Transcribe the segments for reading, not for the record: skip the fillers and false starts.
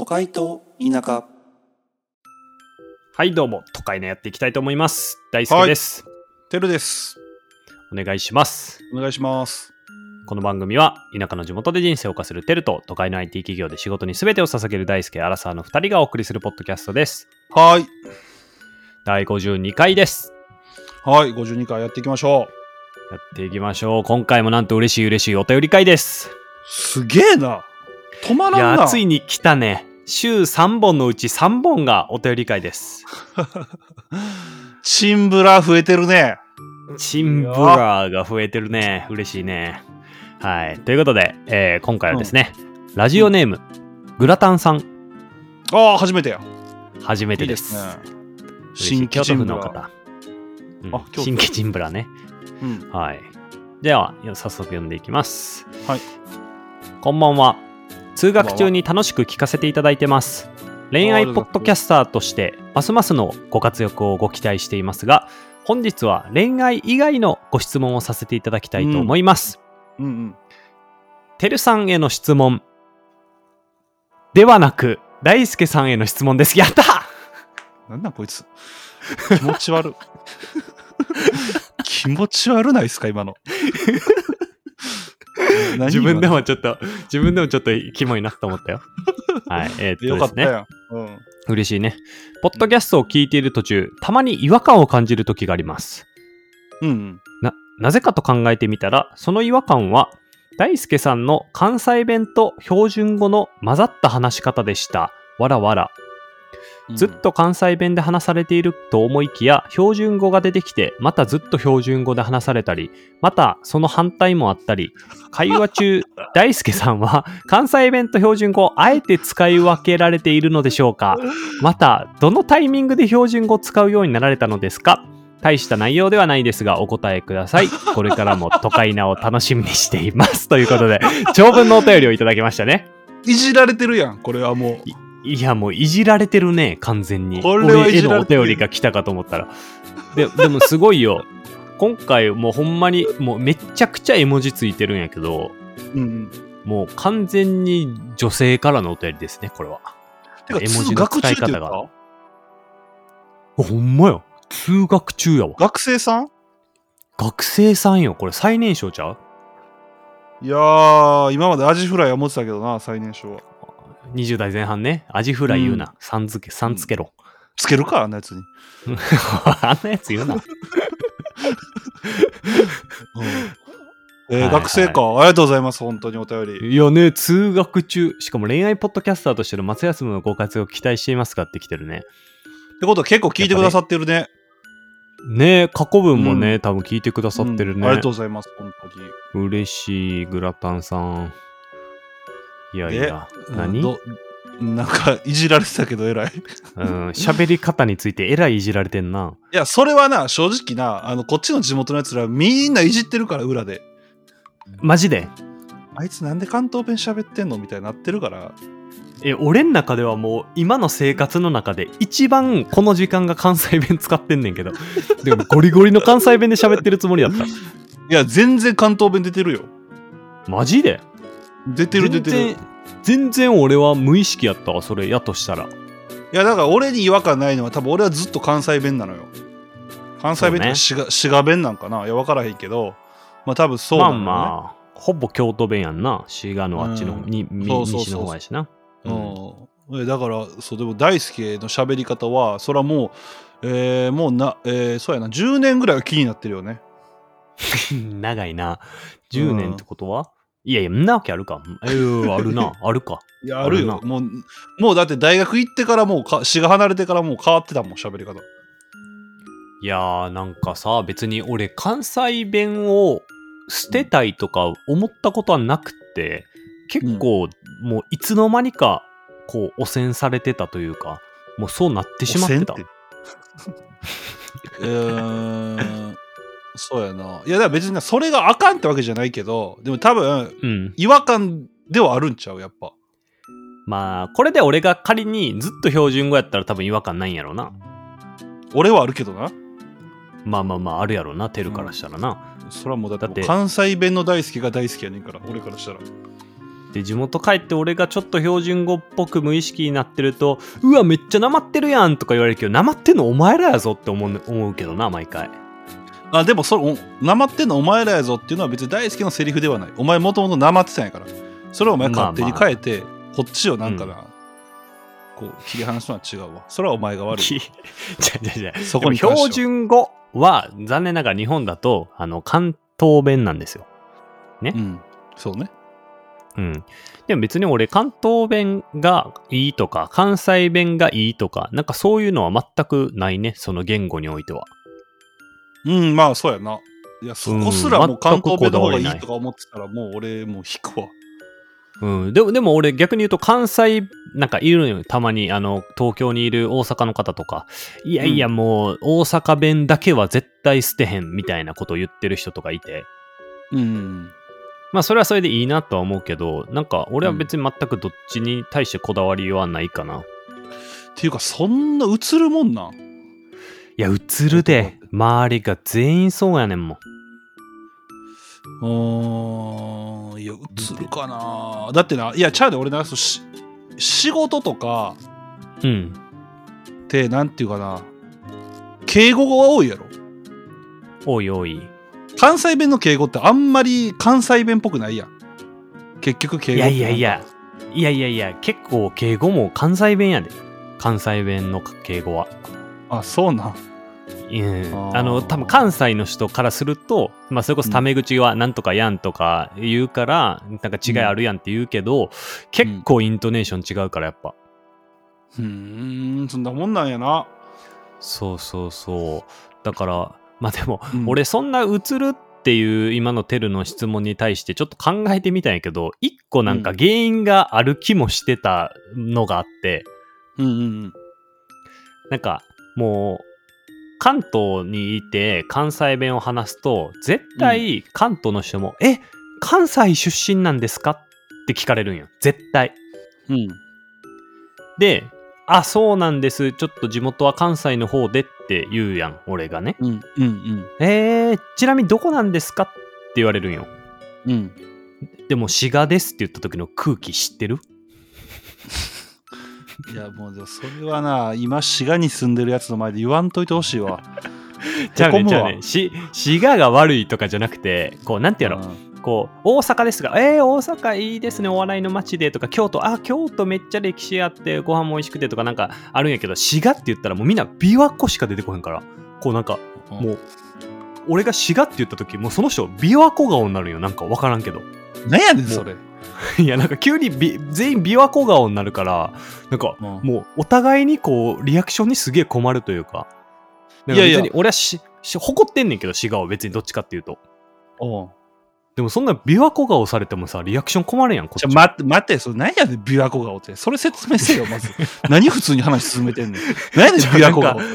都会と田舎。 はいどうも、都会のやっていきたいと思います。大輔です。 てるです。 お願いします。 お願いします。 この番組は田舎の地元で人生を謳歌するテルと都会の IT 企業で仕事に全てを捧げる大輔アラサーの2人がお送りするポッドキャストです。 はい。 第52回です。 はい、52回やっていきましょやっていきましょう。今回もなんと嬉しいお便り会です。 すげえな。止まらんな。 いや、ついに来たね。週3本のうち3本がお便り会です。 チンブラ増えてるね。 チンブラーが増えてるね。嬉しいね。はい。ということで、今回はですね、ラジオネーム、グラタンさん。 ああ、初めてや。 初めてです。 いいですね。 新規チンブラー。新規チンブラーね。はい。では、早速読んでいきます。 はい。 こんばんは。通学中に楽しく聞かせていただいてます。恋愛ポッドキャスターとしてますますのご活躍をご期待していますが、本日は恋愛以外のご質問をさせていただきたいと思います。てるさんへの質問ではなく大輔さんへの質問です。やった。 なんだこいつ。気持ち悪気持ち悪ないですか今の。 自分でもちょっとキモいなと思ったよ。はい。 よかったやん。 嬉しいね。ポッドキャストを聞いている途中、たまに違和感を感じる時があります。なぜかと考えてみたら、その違和感は大輔さんの関西弁と標準語の混ざった話し方でした。わらわら。ずっと関西弁で話されていると思いきや、標準語が出てきて、またずっと標準語で話されたり、またその反対もあったり、会話中、大輔さんは関西弁と標準語をあえて使い分けられているのでしょうか。また、どのタイミングで標準語を使うようになられたのですか。大した内容ではないですが、お答えください。これからも都会なを楽しみにしています。ということで、長文のお便りをいただきましたね。 いじられてるやん、これはもう。 いや、もういじられてるね、完全に。 これはいじられてる。 俺へのお便りが来たかと思ったら。でもすごいよ。今回もうほんまに、もうめっちゃくちゃ絵文字ついてるんやけど、もう完全に女性からのお便りですね、これは。 てか、絵文字の使い方が。 ほんまよ。通学中やわ。 学生さん？ 学生さんよ。これ最年少ちゃう？ いやー、今までアジフライは持ってたけどな、最年少は。 20代前半ね。アジフライ言うな。さんつけろ。 つけるか、あんなやつに。 あんなやつ言うな。 学生か。ありがとうございます。本当にお便り。 いやね、通学中。しかも恋愛ポッドキャスターとしての松休のご活躍を期待していますかって来てるね。 ってことは結構聞いてくださってるね。 ね、過去文もね、多分聞いてくださってるね。 ありがとうございます。本当に。 嬉しい、グラタンさん。いやいや、何？ なんかいじられてたけど偉い。 喋り方について偉いいじられてんな。 いや、それはな、正直な、こっちの地元のやつらみんないじってるから、裏で。 マジで？ あいつなんで関東弁喋ってんのみたいになってるから。 俺ん中ではもう今の生活の中で一番この時間が関西弁使ってんねんけど。でもゴリゴリの関西弁で喋ってるつもりだった。 いや、全然関東弁出てるよ。 マジで？ 出てる。 全然俺は無意識やったわ、それやとしたら。 いや、だから俺に違和感ないのは多分俺はずっと関西弁なのよ。関西弁って滋賀弁なんかな。いや、分からへんけど、まあ多分そうなのよね。 まあほぼ京都弁やんな。滋賀のあっちの西の方やしな。 だからでも大輔の喋り方はそれはもうそうやな10年ぐらいは気になってるよね。 長いな。10年ってことは、いやんなわけあるか。あるな。あるか。 いや、あるよ。もうだって大学行ってからもう市が離れてからもう変わってたもん、喋り方。 いやー、なんかさ、別に俺関西弁を捨てたいとか思ったことはなくて、結構もういつの間にかこう汚染されてたというか、もうそうなってしまってた。 そうやな。いや、だから別にそれがあかんってわけじゃないけど、でも多分、違和感ではあるんちゃう、やっぱ。 まあ、これで俺が仮にずっと標準語やったら多分違和感ないんやろな。 俺はあるけどな。 まあ、あるやろな、テルからしたらな。 それはもうだって関西弁の大好きが大好きやねんから、俺からしたら。 で、地元帰って俺がちょっと標準語っぽく無意識になってると、うわ、めっちゃなまってるやんとか言われるけど、なまってんのお前らやぞって思うけどな、毎回。 あ、でもなまってんのお前らやぞっていうのは別に大輔のセリフではない。お前もともとなまってたんやから。それをお前勝手に変えて、こっちをなんかな、こう切り離すのは違うわ。それはお前が悪い。 じゃそこに標準語は残念ながら日本だと関東弁なんですよ。ね。 そうね。 でも別に俺関東弁がいいとか関西弁がいいとかなんかそういうのは全くないね。その言語においては。 まあそうやな。いや、そこすらもう関東弁の方がいいとか思ってたらもう俺もう引くわ。 でも俺逆に言うと関西なんかいるのよ。たまに東京にいる大阪の方とか、いやいやもう大阪弁だけは絶対捨てへんみたいなことを言ってる人とかいて、まあそれはそれでいいなとは思うけど、なんか俺は別に全くどっちに対してこだわりはないかな。 っていうかそんな映るもんなん？いや映るで、周りが全員そうやねんもん。 いや映るかな。だってな、いやちゃうで俺な、仕事とかってなんていうかな、敬語が多いやろ。 多い。 関西弁の敬語ってあんまり関西弁っぽくないやん。結局敬語って。 いや結構敬語も関西弁やで。関西弁の敬語は。 あ、そうなん。 多分関西の人からすると、まあそれこそタメ口はなんとかやんとか言うから、なんか違いあるやんって言うけど、結構イントネーション違うからやっぱ。 そんなもんなんやな。 そう。だから、まあでも、俺そんな映るっていう今のテルの質問に対してちょっと考えてみたんやけど、一個なんか原因がある気もしてたのがあって、なんかもう、関東にいて関西弁を話すと絶対関東の人も、関西出身なんですかって聞かれるんよ絶対。で、あ、そうなんです、ちょっと地元は関西の方でって言うやん俺がね。ちなみにどこなんですかって言われるんよ。でも滋賀ですって言った時の空気知ってる？ いやもうそれはな、今滋賀に住んでるやつの前で言わんといてほしいわ。 じゃあね滋賀が悪いとかじゃなくて、こうなんてやろ、こう大阪ですが、大阪いいですねお笑いの街でとか、京都めっちゃ歴史あってご飯も美味しくてとかなんかあるんやけど、滋賀って言ったらもうみんな琵琶湖しか出てこへんから、こうなんかもう俺が滋賀って言った時もうその人琵琶湖顔になるよ。なんか分からんけど。 なんやねんそれ。 いやなんか急に全員琵琶湖顔になるから、なんかもうお互いにこうリアクションにすげえ困るというか、なんか別に俺は誇ってんねんけど滋賀は別にどっちかっていうと。でもそんな琵琶湖顔されてもさリアクション困るやんこっち。 待ってそれ何やねん琵琶湖顔って。それ説明せよまず。何普通に話進めてんねん。何やねん琵琶湖顔って。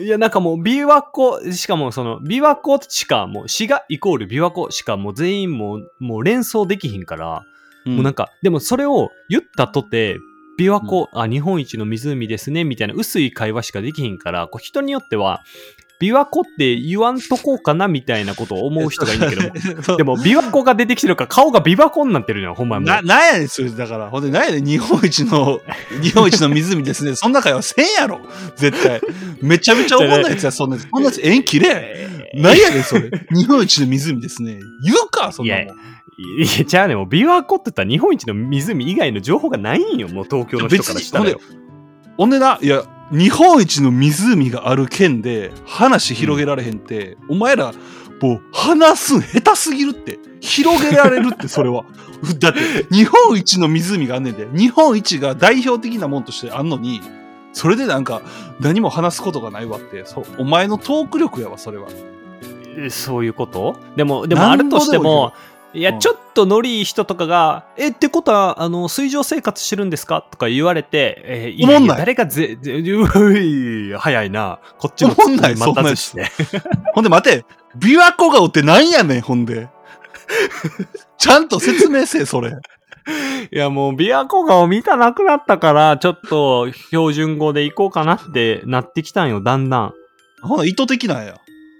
いやなんかもう琵琶湖しかもその琵琶湖しかもう滋賀イコール琵琶湖しかもう全員もう連想できひんから。もうなんかでもそれを言ったとて琵琶湖、日本一の湖ですねみたいな薄い会話しかできひんから、こう人によっては琵琶湖って言わんとこうかなみたいなことを思う人がいるんだけどでも琵琶湖が出てきてるから顔が琵琶湖になってるのよほんまに。 なんやねんそれ。だからほんでなんやねん日本一の湖ですね。そんな会話せんやろ絶対。めちゃめちゃ怒んないやつや。そんなやつ縁切れ。なんやねんそれ。日本一の湖ですね言うかそんなもん。 いや、じゃあね、もう琵琶湖って言ったら日本一の湖以外の情報がないんよ、もう東京の人からしたらよ。 ほんでな、いや、日本一の湖がある県で話広げられへんって、お前ら、もう話すん下手すぎるって。広げられるって、それは。だって、日本一の湖があんねんで、日本一が代表的なもんとしてあんのに、それでなんか、何も話すことがないわって、お前のトーク力やわ、それは。 そういうこと？でもあるとしても、いや、ちょっとノリいい人とかが、ってことは、水上生活してるんですかとか言われて、いや誰が早いな。こっちも待たずして。ほんで待て、琵琶湖顔ってなんやねん、ほんで。ちゃんと説明せえ、それ。 いや、もう、琵琶湖顔見たなくなったから、ちょっと標準語で行こうかなってなってきたんよ、だんだん。 ほな、意図的なんや。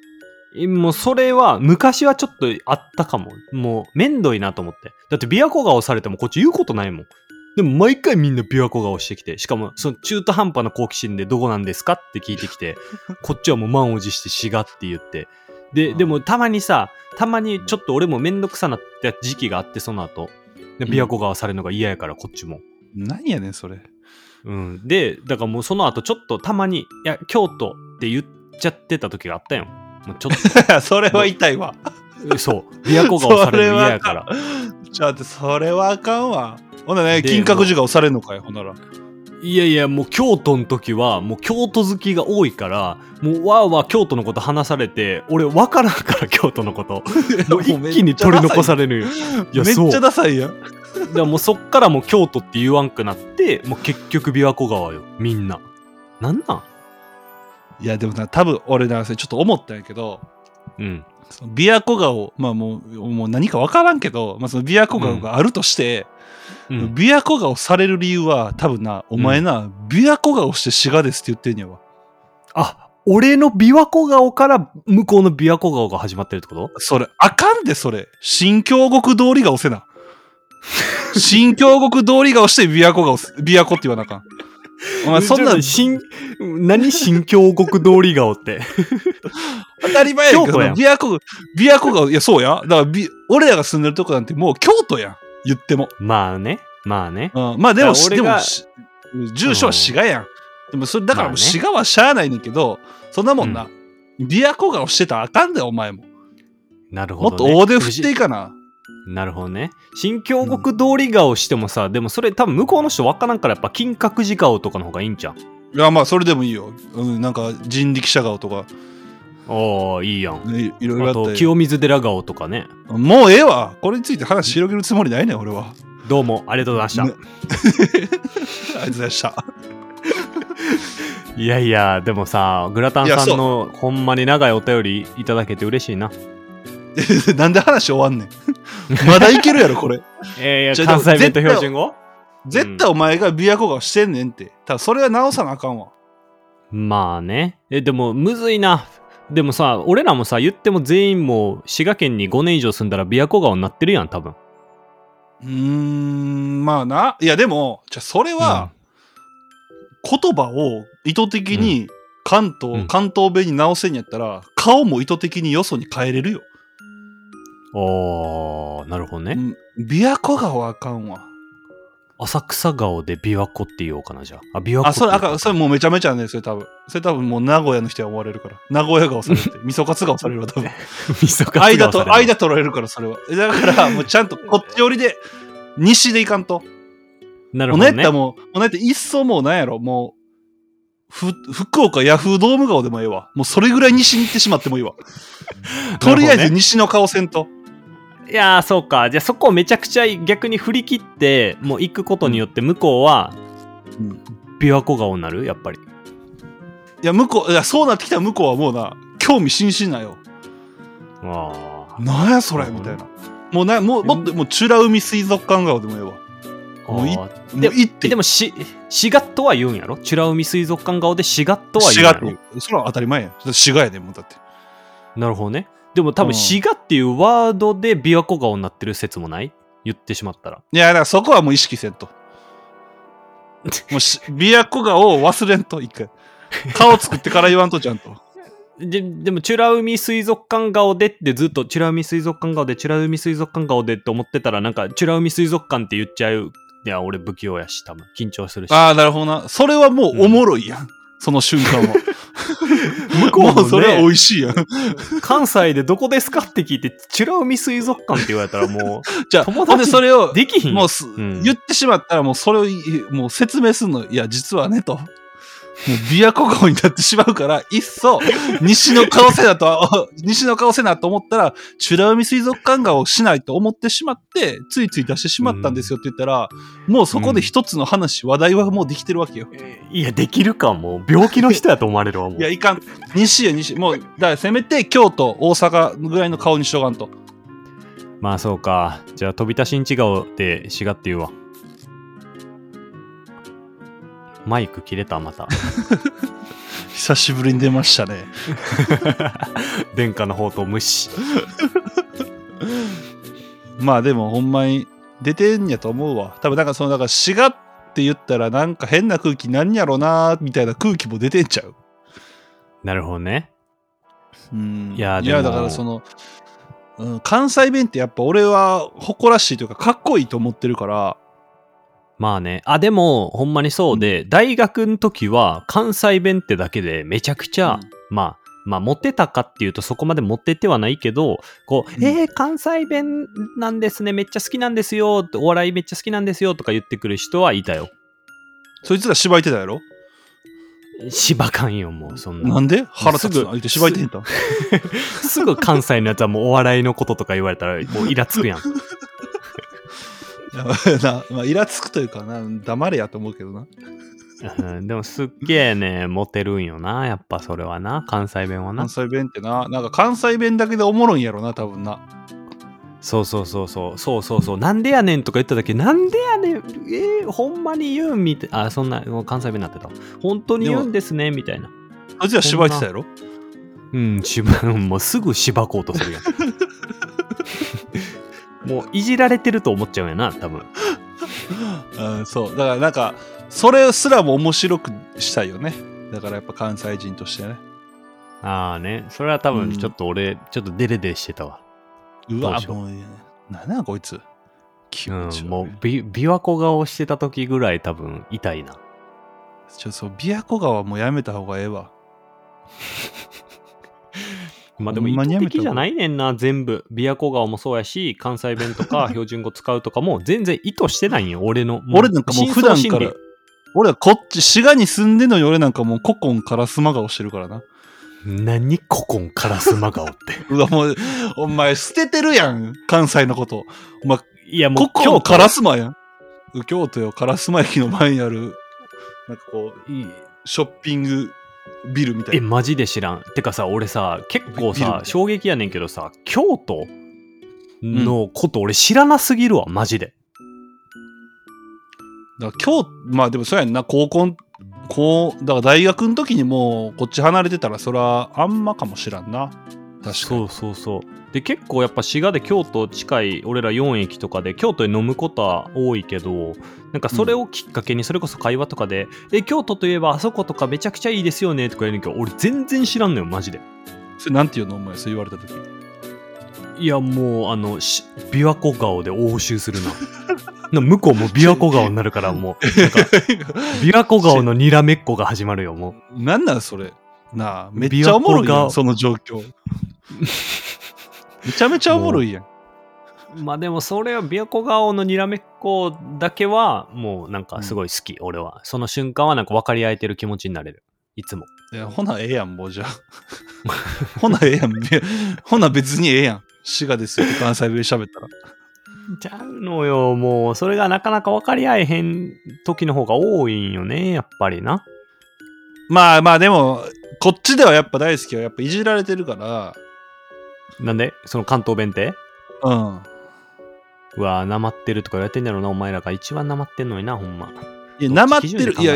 もうそれは昔はちょっとあったかも。もうめんどいなと思って。だって琵琶湖顔されてもこっち言うことないもん。でも毎回みんな琵琶湖顔してきて、しかもその中途半端な好奇心でどこなんですかって聞いてきて、こっちはもう満を持して滋賀って言って。でもたまにちょっと俺もめんどくさなった時期があって、その後。で琵琶湖顔されるのが嫌やからこっちも。 何やねんそれ。 うん。で、だからもうその後ちょっとたまに、いや、京都って言っちゃってた時があったよ。もうちょっと。 それは痛いわ。 そう。琵琶湖顔されるの嫌やから。 ちょっとそれはあかんわ。ほんなね、金閣寺顔されんのかよ、ほんなら。 いやいや、もう京都の時は、もう京都好きが多いから、もうわーわー京都のこと話されて、俺分からんから京都のこと。もう一気に取り残されるよ。 いやめっちゃダサいやん。 だからもうそっからもう京都って言わんくなって、もう結局琵琶湖川よ、みんな。なんなん？ いやでもな、多分俺な、ちょっと思ったんやけど、 うん。 その琵琶湖顔、まあもう何か分からんけど、まあその琵琶湖顔があるとして、琵琶湖顔される理由は多分な、お前な、琵琶湖顔して滋賀ですって言ってんやわ。 あ、俺の琵琶湖顔から向こうの琵琶湖顔が始まってるってこと？ それ、あかんで、それ。新京極通り顔せな。新京極通り顔して琵琶湖顔、琵琶湖って言わなあかん。お前そんな、 何新京極通り顔って。 当たり前やけど、琵琶湖顔、いや、そうや。だから俺らが住んでるとこなんてもう京都やん。言っても。 まあね。 うん、まあでも、住所は滋賀やん。でもそれ、だからもう滋賀はしゃあないねんけど、そんなもんな、琵琶湖顔してたらあかんだよ、お前も。 なるほど、 ね。もっと大手振っていいかな。 なるほどね。新京極通り顔してもさ、でもそれ多分向こうの人わからんからやっぱ金閣寺顔とかの方がいいんじゃん。 いや、まあそれでもいいよ。なんか人力車顔とか。 ああ、いいやん。 いろいろあった。 あと、清水寺顔とかね。 もうええわ。これについて話広げるつもりないねん、俺は。 どうもありがとうございました。 ありがとうございました。 いやいや、でもさ、グラタンさんのほんまに長いお便りいただけて嬉しいな。 なんで話終わんねん。まだいけるやろ、これ。 関西弁と標準語？ 絶対お前が琵琶湖顔してんねんって。ただそれは直さなあかんわ。 まあね。でもむずいな。でもさ、俺らもさ、言っても全員もう滋賀県に5年以上住んだら琵琶湖顔になってるやん、多分。 まあな。いやでも、それは、言葉を意図的に関東弁に直せんやったら、顔も意図的によそに変えれるよ。 なるほどね。 琵琶湖顔はあかんわ。 浅草顔で琵琶湖って言おうかな、じゃあ。琵琶湖。 それあかん。それもうめちゃめちゃね、それ多分もう名古屋の人は思われるから。名古屋顔されて、味噌カツ顔されるわ、多分。 味噌カツ顔される。 間取られるから、それは。だから、もうちゃんとこっち寄りで、西でいかんと。 なるほどね。 もうねっていっそもうなんやろ、もう、福岡ヤフードーム顔でもええわ。もうそれぐらい西に行ってしまってもいいわ。とりあえず西の顔せんと。 いやー、そうか。じゃあそこをめちゃくちゃ逆に振り切って、もう行くことによって向こうは、琵琶湖顔になる？やっぱり。 いや、そうなってきたら向こうはもうな、興味津々なよ。なんやそれみたいな。もっと、もう、美ら海水族館顔でもええわ。 でも滋賀とは言うんやろ？美ら海水族館顔で滋賀とは言うんやろ？ 滋賀って。それは当たり前やん。滋賀やでもうだって。 なるほどね。でも多分滋賀っていうワードで琵琶湖顔になってる説もない？言ってしまったら。 いや、だからそこはもう意識せんと。もう琵琶湖顔を忘れんと、一回。顔作ってから言わんとちゃんと。 でも、美ら海水族館顔でってずっと、美ら海水族館顔で、美ら海水族館顔でって思ってたら、なんか、美ら海水族館って言っちゃう。いや、俺不器用やし、多分、緊張するし。 ああ、なるほどな。それはもうおもろいやん。その瞬間は。向こうもそれは美味しいやん。 関西でどこですかって聞いて、美ら海水族館って言われたらもう、 じゃあ、友達それを、 できひん。 もう、言ってしまったらもうそれを、もう説明するの。いや、実はね、と。もう琵琶湖顔になってしまうから、いっそ、西の顔せなと思ったら、美ら海水族館顔をしないと思ってしまって、ついつい出してしまったんですよって言ったら、もうそこで一つの話、話題はもうできてるわけよ。 いや、できるかも。病気の人やと思われるわ、もう。 いや、いかん。西。もう、だからせめて京都、大阪ぐらいの顔にしとかんと。 まあそうか。じゃあ、飛び出しんち顔で滋賀って言うわ。マイク切れたまた。 久しぶりに出ましたね。 殿下の宝刀無視。 まあでもほんまに出てんやと思うわ。多分なんかだから滋賀って言ったらなんか変な空気なんやろなみたいな空気も出てんちゃう。 なるほどね。 いやだから関西弁ってやっぱ俺は誇らしいというかかっこいいと思ってるから。 まあね。でもほんまにそうで、大学の時は関西弁ってだけでめちゃくちゃ、まあモテたかっていうとそこまでモテてはないけど、こう、関西弁なんですね、めっちゃ好きなんですよ、お笑いめっちゃ好きなんですよとか言ってくる人はいたよ。 そいつら芝居てたやろ。 芝かんよ、もうそんな。 なんで腹立つの相手芝居てへんたすぐ関西のやつはもうお笑いのこととか言われたらもうイラつくやん。 まあ、イラつくというかな、黙れやと思うけどな。 でもすっげえね、モテるんよな、やっぱそれはな、関西弁はな。 関西弁ってな、なんか関西弁だけでおもろいんやろな、多分な。 そう、なんでやねんとか言っただけ、なんでやねん、ほんまに言うんみたいな、そんな、関西弁になってた。本当に言うんですね、みたいな。 あいつは芝居てたやろ。 もうすぐ芝こうとするやん。もういじられてると思っちゃうやな、多分。 そう。だからなんか、それすらも面白くしたいよね。だからやっぱ関西人としてね。 ね。それは多分ちょっと俺、ちょっとデレデレしてたわ。 うわ、もう、なんなんこいつ。 もう琵琶湖顔してた時ぐらい多分痛いな。 琵琶湖川もうやめた方がええわ。 まあでも意図的じゃないねんな、全部。琵琶湖川もそうやし、関西弁とか標準語使うとかも全然意図してないんよ、俺の。 俺なんかもう普段から、俺はこっち、滋賀に住んでんのに俺なんかもう古今カラスマ顔してるからな。 何古今カラスマ顔って。 うわ、もう、お前捨ててるやん、関西のこと。お前、 いやもう古今カラスマやん。京都よ、烏丸駅の前にある、なんかこう、ショッピングビルみたいな。 マジで知らん。てかさ、俺さ、結構さ、衝撃やねんけどさ、京都のこと俺知らなすぎるわ、マジで。 だからまあでもそうやんな、だから大学の時にもうこっち離れてたらそらあんまかもしらんな。確かに。 そう。で、結構やっぱ滋賀で京都近い俺ら4駅とかで京都で飲むことは多いけど、なんかそれをきっかけにそれこそ会話とかで、京都といえばあそことかめちゃくちゃいいですよねとか言うねんけど、俺全然知らんのよ、マジで。 それなんて言うのお前、そう言われた時。 いやもう琵琶湖顔で応酬するな。向こうも琵琶湖顔になるからもうなんか琵琶湖顔のにらめっこが始まるよ、もう。なんなんそれ。なあ、めっちゃおもろいやん、その状況。めちゃめちゃおもろいやん。 まあでもそれは琵琶湖顔のにらめっこだけはもうなんかすごい好き、俺は。その瞬間はなんか分かり合えてる気持ちになれる。いつも。 いや、ほなええやん、もうじゃあ。ほなええやん。ほな別にええやん。滋賀ですよって関西弁喋ったら。 ちゃうのよ、もうそれがなかなか分かり合えへん時の方が多いんよね、やっぱりな。 まあでもこっちではやっぱ大好きはやっぱいじられてるから。 なんでその関東弁って、うわ、なまってるとか言われてんだろうな、お前らが一番なまってんのにな、ほんま。 いや、なまってる。いや、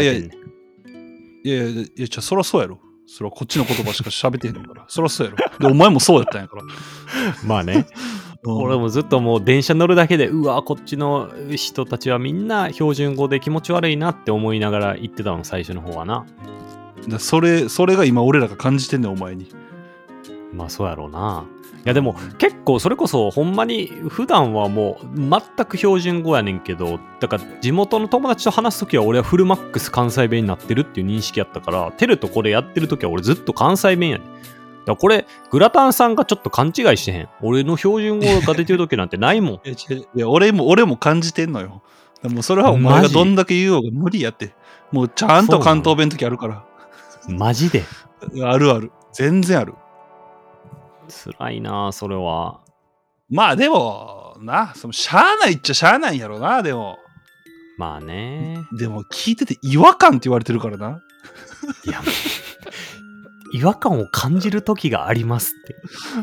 そらそうやろ。そらこっちの言葉しか喋ってへんのから。そらそうやろ。で、お前もそうやったんやから。 まあね。俺もずっともう電車乗るだけで、うわ、こっちの人たちはみんな標準語で気持ち悪いなって思いながら言ってたの、最初の方はな。 それが今俺らが感じてんねん、お前に。 まあそうやろうな。いやでも結構それこそほんまに普段はもう全く標準語やねんけど、だから地元の友達と話すときは俺はフルマックス関西弁になってるっていう認識やったから、テルとこれやってるときは俺ずっと関西弁やねん。だからこれグラタンさんがちょっと勘違いしてへん。俺の標準語が出てるときなんてないもん。 いや俺も感じてんのよ。でもそれはお前がどんだけ言おうが無理やって。もうちゃんと関東弁のときあるから。 マジである。全然ある。 辛いなそれは。 まあでもな、しゃあないっちゃしゃあないんやろな。でもまあね。 でも聞いてて違和感って言われてるからな。 いや違和感を感じる時がありますって。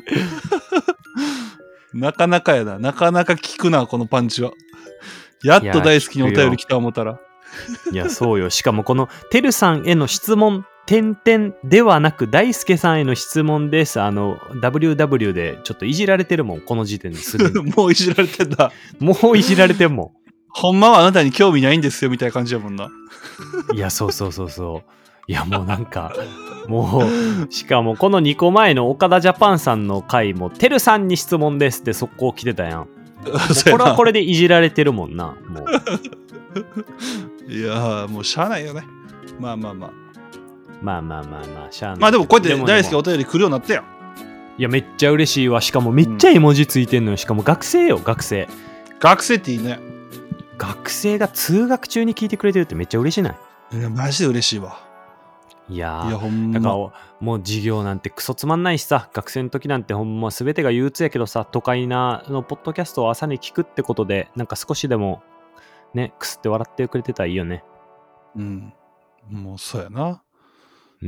なかなかやな。なかなか聞くな、このパンチは。やっと大好きにお便り来た思ったら。 いやそうよ。しかもこのてるさんへの質問っ点々ではなく大輔さんへの質問です。WW でちょっといじられてるもん、この時点ですでに。 もういじられてんだ。 もういじられてんもほんまはあなたに興味ないんですよみたいな感じやもんな。 ん。いや、そう。いや、もうなんか、もう、しかもこの2個前の岡田ジャパンさんの回も、てるさんに質問ですって速攻来てたやん。これはこれでいじられてるもんな、もう。いやもうしゃあないよね。まあ、 しゃあない。 まあでもこうやって大好きお便り来るようになったよ。 いや、めっちゃ嬉しいわ。しかもめっちゃ絵文字ついてんのよ。しかも学生よ、学生。 学生っていいね。 学生が通学中に聞いてくれてるってめっちゃ嬉しない？ いや、マジで嬉しいわ。 いやほんま。 だからもう授業なんてクソつまんないしさ、学生の時なんてほんま全てが憂鬱やけどさ、都会なのポッドキャストを朝に聞くってことで、なんか少しでもね、くすって笑ってくれてたらいいよね。 うん。もうそうやな。 うん。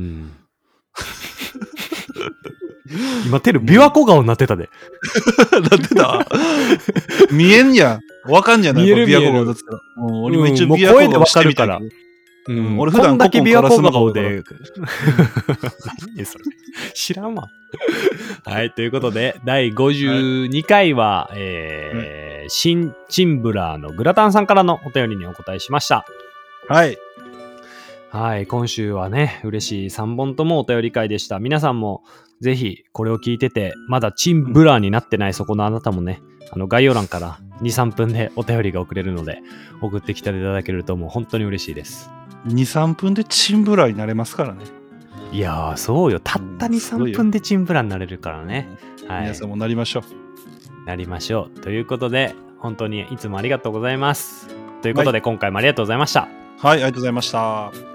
今、テル、琵琶湖顔になってたで。 なってた見えんやん。わかんじゃない？ 見える琵琶湖顔だったら。俺も一応もう琵琶湖顔してみたいから。俺普段こんだけ琵琶湖顔で。 何それ知らんわ。はい、ということで、第52回は、新チンブラーのグラタンさんからのお便りにお答えしました。 はい。 はい、今週はね、嬉しい3本ともお便り会でした。皆さんもぜひこれを聞いてて、まだチンブラーになってないそこのあなたもね、概要欄から2、3分でお便りが送れるので、送ってきていただけるともう本当に嬉しいです。 2、3分でチンブラーになれますからね。 いやー、そうよ。たった2、3分でチンブラーになれるからね。はい。 皆さんもなりましょう。 なりましょう。ということで、本当にいつもありがとうございます。ということで、今回もありがとうございました。 はい、ありがとうございました。